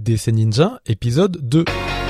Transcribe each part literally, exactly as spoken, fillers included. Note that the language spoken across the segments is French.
D C Ninja, épisode deux.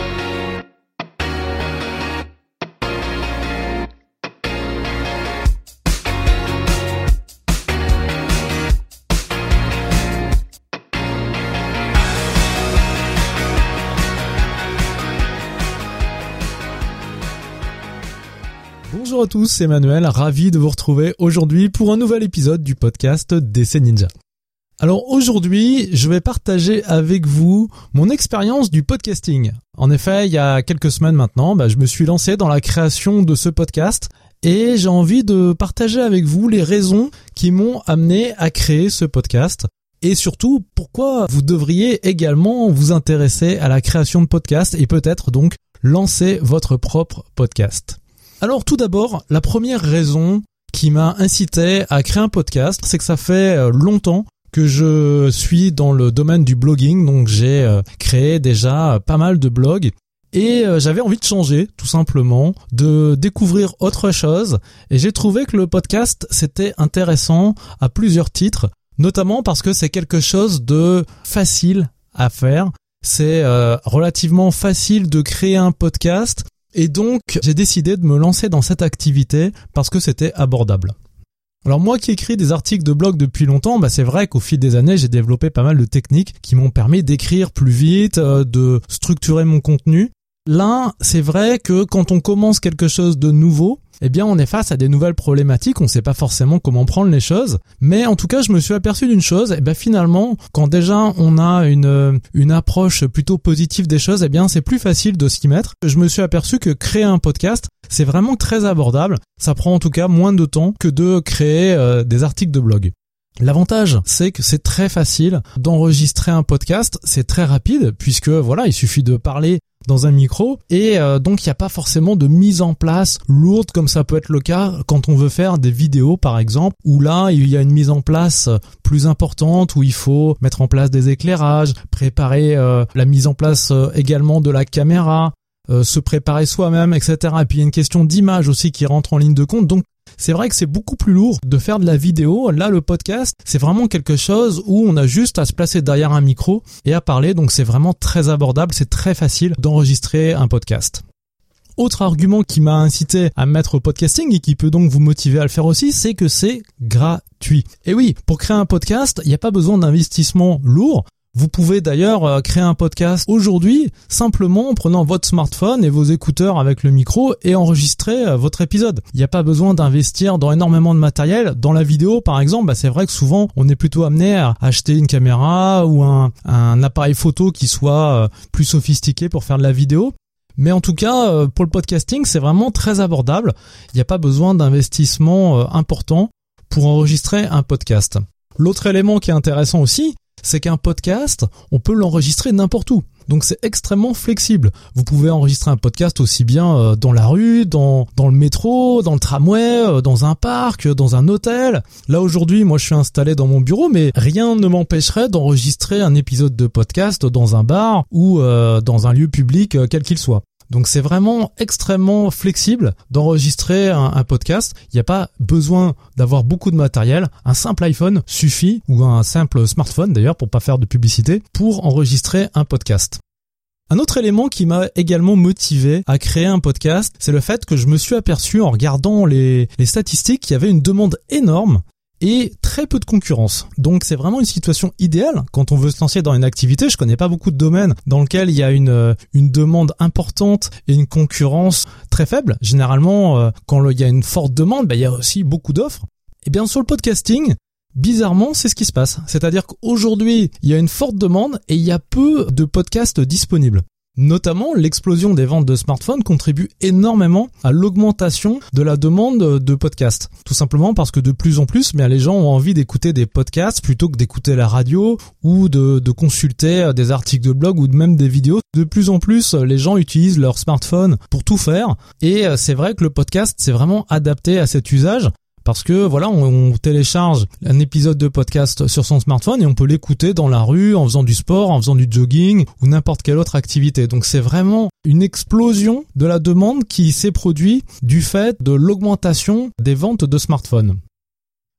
Bonjour à tous, c'est Emmanuel, ravi de vous retrouver aujourd'hui pour un nouvel épisode du podcast D C Ninja. Alors aujourd'hui, je vais partager avec vous mon expérience du podcasting. En effet, il y a quelques semaines maintenant, bah, je me suis lancé dans la création de ce podcast et j'ai envie de partager avec vous les raisons qui m'ont amené à créer ce podcast. Et surtout, pourquoi vous devriez également vous intéresser à la création de podcasts et peut-être donc lancer votre propre podcast. Alors tout d'abord, la première raison qui m'a incité à créer un podcast, c'est que ça fait longtemps que je suis dans le domaine du blogging, donc j'ai créé déjà pas mal de blogs et j'avais envie de changer tout simplement, de découvrir autre chose et j'ai trouvé que le podcast c'était intéressant à plusieurs titres, notamment parce que c'est quelque chose de facile à faire, c'est euh, relativement facile de créer un podcast. Et donc, j'ai décidé de me lancer dans cette activité parce que c'était abordable. Alors moi qui écris des articles de blog depuis longtemps, bah c'est vrai qu'au fil des années, j'ai développé pas mal de techniques qui m'ont permis d'écrire plus vite, euh, de structurer mon contenu. Là, c'est vrai que quand on commence quelque chose de nouveau, eh bien on est face à des nouvelles problématiques, on ne sait pas forcément comment prendre les choses, mais en tout cas je me suis aperçu d'une chose, eh bien finalement quand déjà on a une une approche plutôt positive des choses, eh bien c'est plus facile de s'y mettre. Je me suis aperçu que créer un podcast, c'est vraiment très abordable, ça prend en tout cas moins de temps que de créer euh, des articles de blog. L'avantage, c'est que c'est très facile d'enregistrer un podcast, c'est très rapide puisque voilà, il suffit de parler dans un micro et euh, donc il n'y a pas forcément de mise en place lourde comme ça peut être le cas quand on veut faire des vidéos par exemple, où là il y a une mise en place plus importante, où il faut mettre en place des éclairages, préparer euh, la mise en place euh, également de la caméra, euh, se préparer soi-même, et cetera. Et puis il y a une question d'image aussi qui rentre en ligne de compte, donc c'est vrai que c'est beaucoup plus lourd de faire de la vidéo. Là, le podcast, c'est vraiment quelque chose où on a juste à se placer derrière un micro et à parler. Donc, c'est vraiment très abordable. C'est très facile d'enregistrer un podcast. Autre argument qui m'a incité à me mettre au podcasting et qui peut donc vous motiver à le faire aussi, c'est que c'est gratuit. Et oui, pour créer un podcast, il n'y a pas besoin d'investissement lourd. Vous pouvez d'ailleurs créer un podcast aujourd'hui simplement en prenant votre smartphone et vos écouteurs avec le micro et enregistrer votre épisode. Il n'y a pas besoin d'investir dans énormément de matériel. Dans la vidéo par exemple, bah c'est vrai que souvent on est plutôt amené à acheter une caméra ou un, un appareil photo qui soit plus sophistiqué pour faire de la vidéo. Mais en tout cas, pour le podcasting, c'est vraiment très abordable. Il n'y a pas besoin d'investissement important pour enregistrer un podcast. L'autre élément qui est intéressant aussi, c'est qu'un podcast, on peut l'enregistrer n'importe où. Donc c'est extrêmement flexible. Vous pouvez enregistrer un podcast aussi bien dans la rue, dans dans le métro, dans le tramway, dans un parc, dans un hôtel. Là aujourd'hui, moi je suis installé dans mon bureau, mais rien ne m'empêcherait d'enregistrer un épisode de podcast dans un bar ou euh, dans un lieu public, euh, quel qu'il soit. Donc c'est vraiment extrêmement flexible d'enregistrer un, un podcast. Il n'y a pas besoin d'avoir beaucoup de matériel. Un simple iPhone suffit, ou un simple smartphone d'ailleurs pour pas faire de publicité, pour enregistrer un podcast. Un autre élément qui m'a également motivé à créer un podcast, c'est le fait que je me suis aperçu en regardant les, les statistiques qu'il y avait une demande énorme et très peu de concurrence. Donc c'est vraiment une situation idéale quand on veut se lancer dans une activité. Je connais pas beaucoup de domaines dans lesquels il y a une une demande importante et une concurrence très faible. Généralement, quand il y a une forte demande, bah, il y a aussi beaucoup d'offres. Et bien sur le podcasting, bizarrement, c'est ce qui se passe. C'est-à-dire qu'aujourd'hui, il y a une forte demande et il y a peu de podcasts disponibles. Notamment, l'explosion des ventes de smartphones contribue énormément à l'augmentation de la demande de podcasts. Tout simplement parce que de plus en plus, bien, les gens ont envie d'écouter des podcasts plutôt que d'écouter la radio ou de, de consulter des articles de blog ou même des vidéos. De plus en plus, les gens utilisent leur smartphone pour tout faire. Et c'est vrai que le podcast, c'est vraiment adapté à cet usage. Parce que voilà, on, on télécharge un épisode de podcast sur son smartphone et on peut l'écouter dans la rue, en faisant du sport, en faisant du jogging ou n'importe quelle autre activité. Donc c'est vraiment une explosion de la demande qui s'est produite du fait de l'augmentation des ventes de smartphones.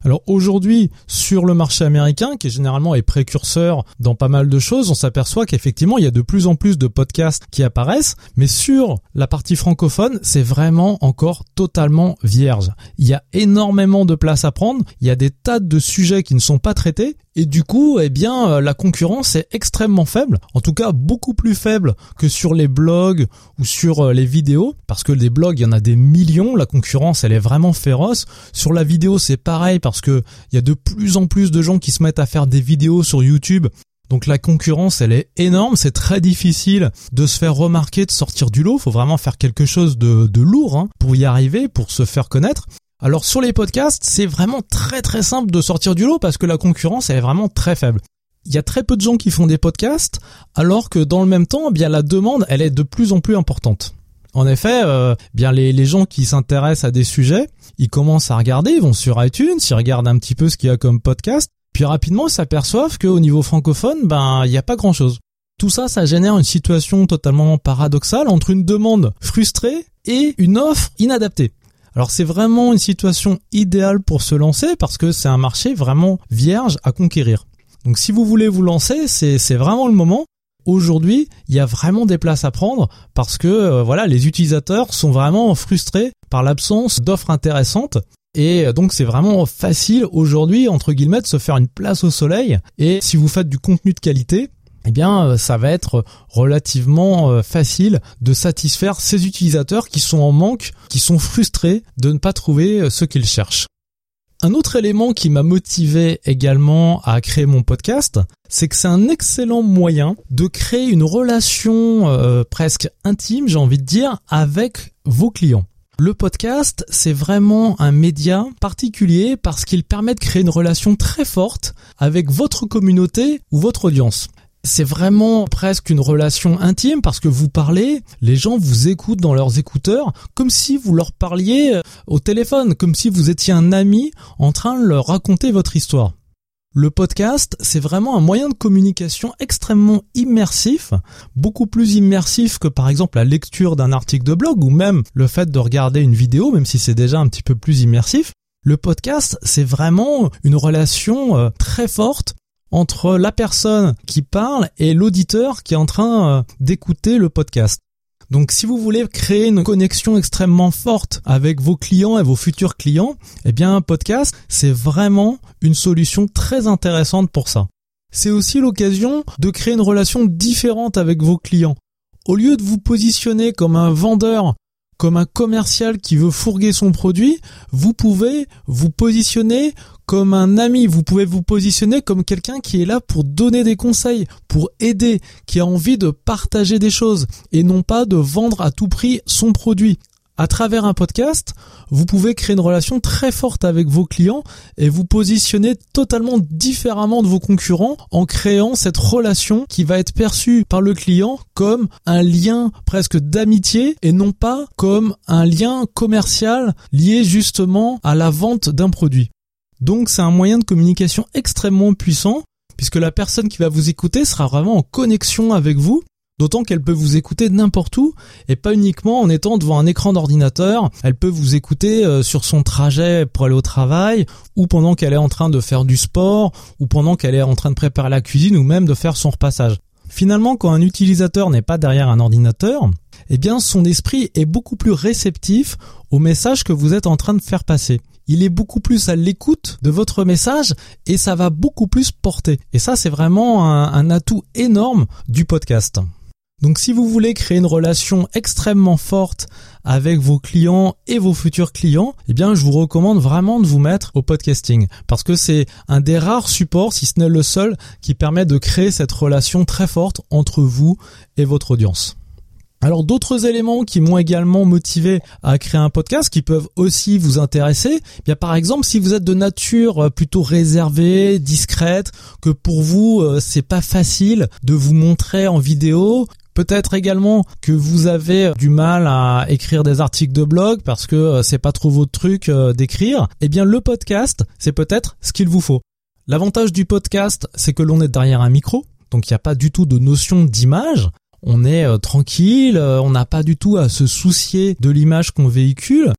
Alors aujourd'hui, sur le marché américain, qui généralement est précurseur dans pas mal de choses, on s'aperçoit qu'effectivement, il y a de plus en plus de podcasts qui apparaissent, mais sur la partie francophone, c'est vraiment encore totalement vierge. Il y a énormément de place à prendre, il y a des tas de sujets qui ne sont pas traités, et du coup, eh bien, la concurrence est extrêmement faible, en tout cas beaucoup plus faible que sur les blogs ou sur les vidéos, parce que les blogs, il y en a des millions, la concurrence, elle est vraiment féroce. Sur la vidéo, c'est pareil, parce que il y a de plus en plus de gens qui se mettent à faire des vidéos sur YouTube. Donc la concurrence, elle est énorme, c'est très difficile de se faire remarquer, de sortir du lot, faut vraiment faire quelque chose de, de lourd hein, pour y arriver, pour se faire connaître. Alors sur les podcasts, c'est vraiment très très simple de sortir du lot parce que la concurrence, elle est vraiment très faible. Il y a très peu de gens qui font des podcasts, alors que dans le même temps, eh bien la demande, elle est de plus en plus importante. En effet, euh, bien les, les gens qui s'intéressent à des sujets, ils commencent à regarder, ils vont sur iTunes, ils regardent un petit peu ce qu'il y a comme podcast, puis rapidement ils s'aperçoivent qu'au niveau francophone, ben il n'y a pas grand-chose. Tout ça, ça génère une situation totalement paradoxale entre une demande frustrée et une offre inadaptée. Alors c'est vraiment une situation idéale pour se lancer parce que c'est un marché vraiment vierge à conquérir. Donc si vous voulez vous lancer, c'est, c'est vraiment le moment. Aujourd'hui, il y a vraiment des places à prendre parce que euh, voilà, les utilisateurs sont vraiment frustrés par l'absence d'offres intéressantes. Et donc c'est vraiment facile aujourd'hui, entre guillemets, de se faire une place au soleil. Et si vous faites du contenu de qualité, eh bien ça va être relativement facile de satisfaire ces utilisateurs qui sont en manque, qui sont frustrés de ne pas trouver ce qu'ils cherchent. Un autre élément qui m'a motivé également à créer mon podcast, c'est que c'est un excellent moyen de créer une relation euh, presque intime, j'ai envie de dire, avec vos clients. Le podcast, c'est vraiment un média particulier parce qu'il permet de créer une relation très forte avec votre communauté ou votre audience. C'est vraiment presque une relation intime parce que vous parlez, les gens vous écoutent dans leurs écouteurs comme si vous leur parliez au téléphone, comme si vous étiez un ami en train de leur raconter votre histoire. Le podcast, c'est vraiment un moyen de communication extrêmement immersif, beaucoup plus immersif que par exemple la lecture d'un article de blog ou même le fait de regarder une vidéo, même si c'est déjà un petit peu plus immersif. Le podcast, c'est vraiment une relation très forte entre la personne qui parle et l'auditeur qui est en train d'écouter le podcast. Donc si vous voulez créer une connexion extrêmement forte avec vos clients et vos futurs clients, eh bien un podcast, c'est vraiment une solution très intéressante pour ça. C'est aussi l'occasion de créer une relation différente avec vos clients. Au lieu de vous positionner comme un vendeur, comme un commercial qui veut fourguer son produit, vous pouvez vous positionner comme un ami, vous pouvez vous positionner comme quelqu'un qui est là pour donner des conseils, pour aider, qui a envie de partager des choses et non pas de vendre à tout prix son produit. À travers un podcast, vous pouvez créer une relation très forte avec vos clients et vous positionner totalement différemment de vos concurrents en créant cette relation qui va être perçue par le client comme un lien presque d'amitié et non pas comme un lien commercial lié justement à la vente d'un produit. Donc c'est un moyen de communication extrêmement puissant puisque la personne qui va vous écouter sera vraiment en connexion avec vous. D'autant qu'elle peut vous écouter n'importe où et pas uniquement en étant devant un écran d'ordinateur. Elle peut vous écouter sur son trajet pour aller au travail ou pendant qu'elle est en train de faire du sport ou pendant qu'elle est en train de préparer la cuisine ou même de faire son repassage. Finalement, quand un utilisateur n'est pas derrière un ordinateur, eh bien son esprit est beaucoup plus réceptif au message que vous êtes en train de faire passer. Il est beaucoup plus à l'écoute de votre message et ça va beaucoup plus porter. Et ça, c'est vraiment un, un atout énorme du podcast. Donc si vous voulez créer une relation extrêmement forte avec vos clients et vos futurs clients, eh bien je vous recommande vraiment de vous mettre au podcasting parce que c'est un des rares supports, si ce n'est le seul, qui permet de créer cette relation très forte entre vous et votre audience. Alors d'autres éléments qui m'ont également motivé à créer un podcast qui peuvent aussi vous intéresser, eh bien par exemple si vous êtes de nature plutôt réservée, discrète, que pour vous c'est pas facile de vous montrer en vidéo, peut-être également que vous avez du mal à écrire des articles de blog parce que c'est pas trop votre truc d'écrire, eh bien le podcast c'est peut-être ce qu'il vous faut. L'avantage du podcast c'est que l'on est derrière un micro, donc il n'y a pas du tout de notion d'image. On est euh, tranquille, euh, on n'a pas du tout à se soucier de l'image qu'on véhicule.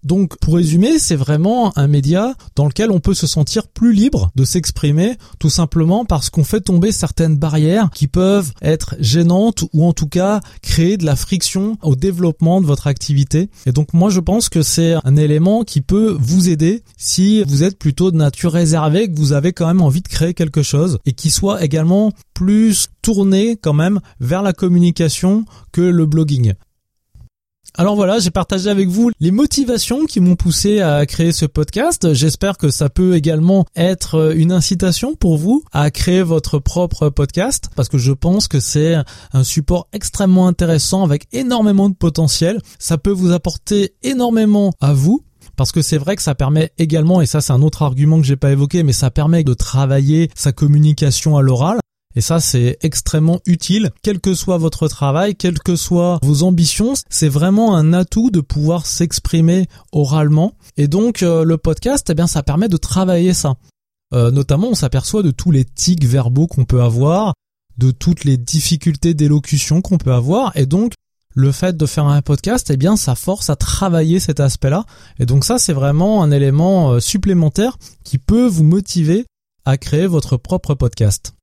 Donc, pour résumer, c'est vraiment un média dans lequel on peut se sentir plus libre de s'exprimer, tout simplement parce qu'on fait tomber certaines barrières qui peuvent être gênantes ou en tout cas créer de la friction au développement de votre activité. Et donc, moi, je pense que c'est un élément qui peut vous aider si vous êtes plutôt de nature réservée, que vous avez quand même envie de créer quelque chose et qui soit également plus tourné quand même vers la communication que le blogging. Alors voilà, j'ai partagé avec vous les motivations qui m'ont poussé à créer ce podcast. J'espère que ça peut également être une incitation pour vous à créer votre propre podcast parce que je pense que c'est un support extrêmement intéressant avec énormément de potentiel. Ça peut vous apporter énormément à vous. Parce que c'est vrai que ça permet également, et ça c'est un autre argument que j'ai pas évoqué, mais ça permet de travailler sa communication à l'oral. Et ça, c'est extrêmement utile, quel que soit votre travail, quelles que soient vos ambitions. C'est vraiment un atout de pouvoir s'exprimer oralement. Et donc, euh, le podcast, eh bien, ça permet de travailler ça. Euh, notamment, on s'aperçoit de tous les tics verbaux qu'on peut avoir, de toutes les difficultés d'élocution qu'on peut avoir. Et donc, le fait de faire un podcast, eh bien, ça force à travailler cet aspect-là. Et donc ça, c'est vraiment un élément euh, supplémentaire qui peut vous motiver à créer votre propre podcast.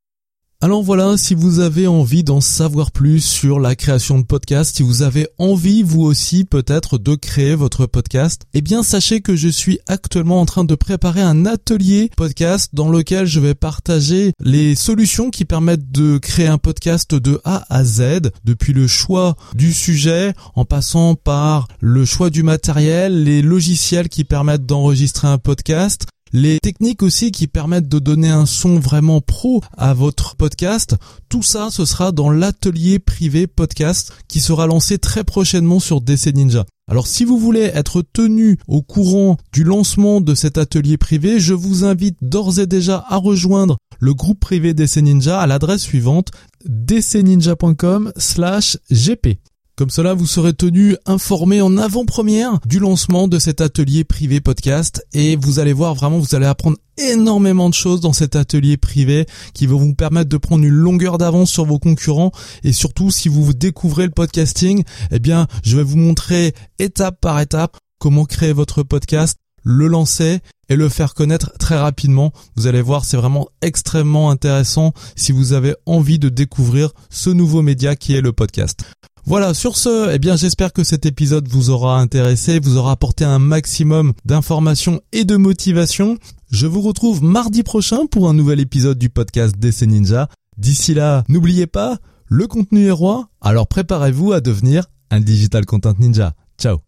Alors voilà, si vous avez envie d'en savoir plus sur la création de podcast, si vous avez envie vous aussi peut-être de créer votre podcast, eh bien sachez que je suis actuellement en train de préparer un atelier podcast dans lequel je vais partager les solutions qui permettent de créer un podcast de A à Z, depuis le choix du sujet, en passant par le choix du matériel, les logiciels qui permettent d'enregistrer un podcast, les techniques aussi qui permettent de donner un son vraiment pro à votre podcast. Tout ça, ce sera dans l'atelier privé podcast qui sera lancé très prochainement sur D C Ninja. Alors si vous voulez être tenu au courant du lancement de cet atelier privé, je vous invite d'ores et déjà à rejoindre le groupe privé D C Ninja à l'adresse suivante d c ninja point com slash g p. Comme cela, vous serez tenu informé en avant-première du lancement de cet atelier privé podcast et vous allez voir vraiment, vous allez apprendre énormément de choses dans cet atelier privé qui va vous permettre de prendre une longueur d'avance sur vos concurrents et surtout si vous découvrez le podcasting, eh bien, je vais vous montrer étape par étape comment créer votre podcast, le lancer et le faire connaître très rapidement. Vous allez voir, c'est vraiment extrêmement intéressant si vous avez envie de découvrir ce nouveau média qui est le podcast. Voilà, sur ce, eh bien, j'espère que cet épisode vous aura intéressé, vous aura apporté un maximum d'informations et de motivation. Je vous retrouve mardi prochain pour un nouvel épisode du podcast D C Ninja. D'ici là, n'oubliez pas, le contenu est roi, alors préparez-vous à devenir un Digital Content Ninja. Ciao.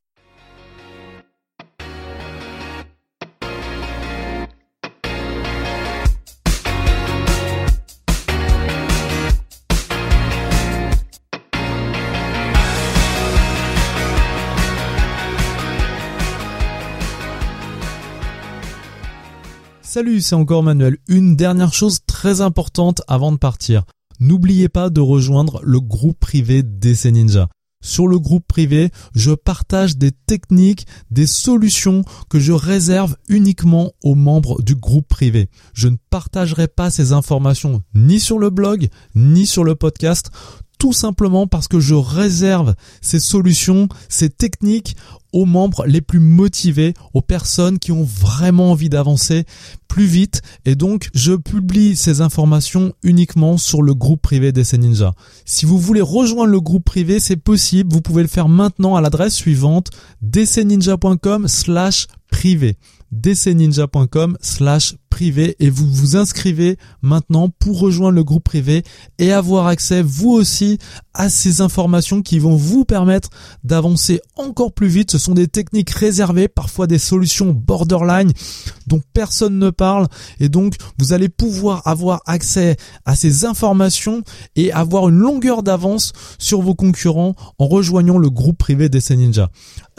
Salut, c'est encore Manuel. Une dernière chose très importante avant de partir. N'oubliez pas de rejoindre le groupe privé D C Ninja. Sur le groupe privé, je partage des techniques, des solutions que je réserve uniquement aux membres du groupe privé. Je ne partagerai pas ces informations ni sur le blog, ni sur le podcast, tout simplement parce que je réserve ces solutions, ces techniques aux membres les plus motivés, aux personnes qui ont vraiment envie d'avancer plus vite. Et donc, je publie ces informations uniquement sur le groupe privé D C Ninja. Si vous voulez rejoindre le groupe privé, c'est possible. Vous pouvez le faire maintenant à l'adresse suivante d c ninja point com slash privé. d c ninja point com slash privé et vous vous inscrivez maintenant pour rejoindre le groupe privé et avoir accès vous aussi à ces informations qui vont vous permettre d'avancer encore plus vite. Ce sont des techniques réservées, parfois des solutions borderline dont personne ne parle et donc vous allez pouvoir avoir accès à ces informations et avoir une longueur d'avance sur vos concurrents en rejoignant le groupe privé D C Ninja.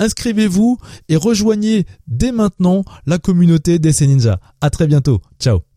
Inscrivez-vous et rejoignez dès maintenant la communauté D C Ninja. À très bientôt. Ciao.